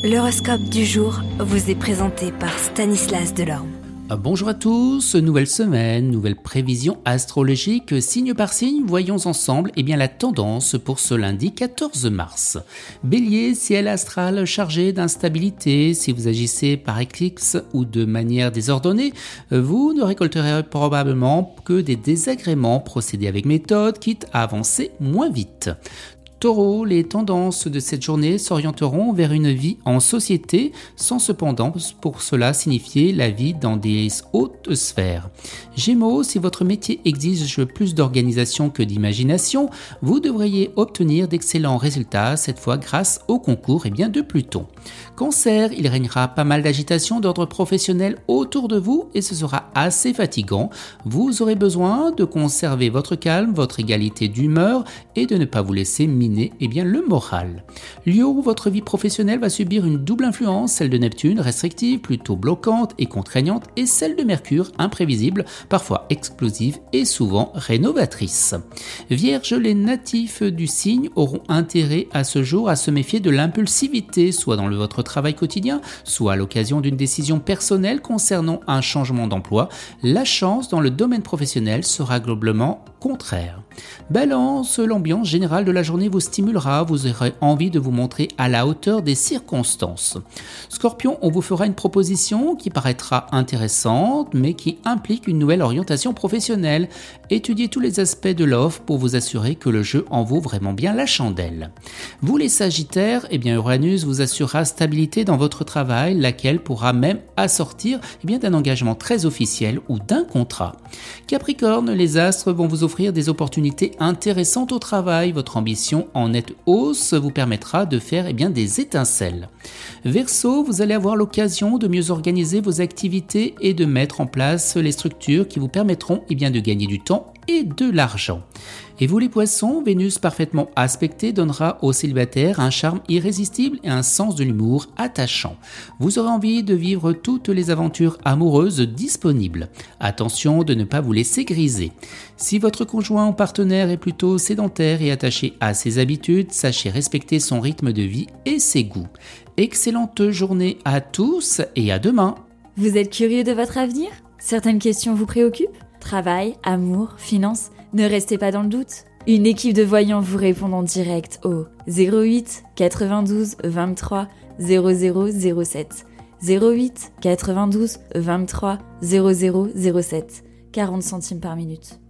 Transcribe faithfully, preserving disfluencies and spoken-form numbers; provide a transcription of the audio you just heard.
L'horoscope du jour vous est présenté par Stanislas Delorme. Bonjour à tous, nouvelle semaine, nouvelle prévision astrologique, signe par signe, voyons ensemble eh bien, la tendance pour ce lundi quatorze mars. Bélier, ciel astral chargé d'instabilité, si vous agissez par éclipse ou de manière désordonnée, vous ne récolterez probablement que des désagréments, procédez avec méthode, quitte à avancer moins vite. Taureau, les tendances de cette journée s'orienteront vers une vie en société, sans cependant pour cela signifier la vie dans des hautes sphères. Gémeaux, si votre métier exige plus d'organisation que d'imagination, vous devriez obtenir d'excellents résultats, cette fois grâce au concours et bien de Pluton. Cancer, il régnera pas mal d'agitation d'ordre professionnel autour de vous et ce sera assez fatigant. Vous aurez besoin de conserver votre calme, votre égalité d'humeur et de ne pas vous laisser miner eh bien, le moral. Lion, votre vie professionnelle va subir une double influence, celle de Neptune, restrictive, plutôt bloquante et contraignante, et celle de Mercure, imprévisible, parfois explosive et souvent rénovatrice. Vierge, les natifs du signe auront intérêt à ce jour à se méfier de l'impulsivité, soit dans le, votre travail quotidien, soit à l'occasion d'une décision personnelle concernant un changement d'emploi. La chance dans le domaine professionnel sera globalement contraire. Balance, l'ambiance générale de la journée vous stimulera, vous aurez envie de vous montrer à la hauteur des circonstances. Scorpion, on vous fera une proposition qui paraîtra intéressante, mais qui implique une nouvelle orientation professionnelle. Étudiez tous les aspects de l'offre pour vous assurer que le jeu en vaut vraiment bien la chandelle. Vous les Sagittaires, eh bien Uranus vous assurera stabilité dans votre travail, laquelle pourra même assortir eh bien, d'un engagement très officiel ou d'un contrat. Capricorne, les astres vont vous offrir des opportunités intéressantes au travail, votre ambition en nette hausse vous permettra de faire eh bien, des étincelles. Verseau, vous allez avoir l'occasion de mieux organiser vos activités et de mettre en place les structures qui vous permettront eh bien, de gagner du temps et de l'argent. Et vous les poissons, Vénus parfaitement aspectée donnera aux célibataires un charme irrésistible et un sens de l'humour attachant. Vous aurez envie de vivre toutes les aventures amoureuses disponibles. Attention de ne pas vous laisser griser. Si votre conjoint ou partenaire est plutôt sédentaire et attaché à ses habitudes, sachez respecter son rythme de vie et ses goûts. Excellente journée à tous et à demain. Vous êtes curieux de votre avenir ? Certaines questions vous préoccupent ? Travail, amour, finances ? Ne restez pas dans le doute. Une équipe de voyants vous répond en direct au zéro huit quatre-vingt-douze vingt-trois zéro zéro zéro sept zéro huit quatre-vingt-douze vingt-trois zéro zéro zéro sept quarante centimes par minute.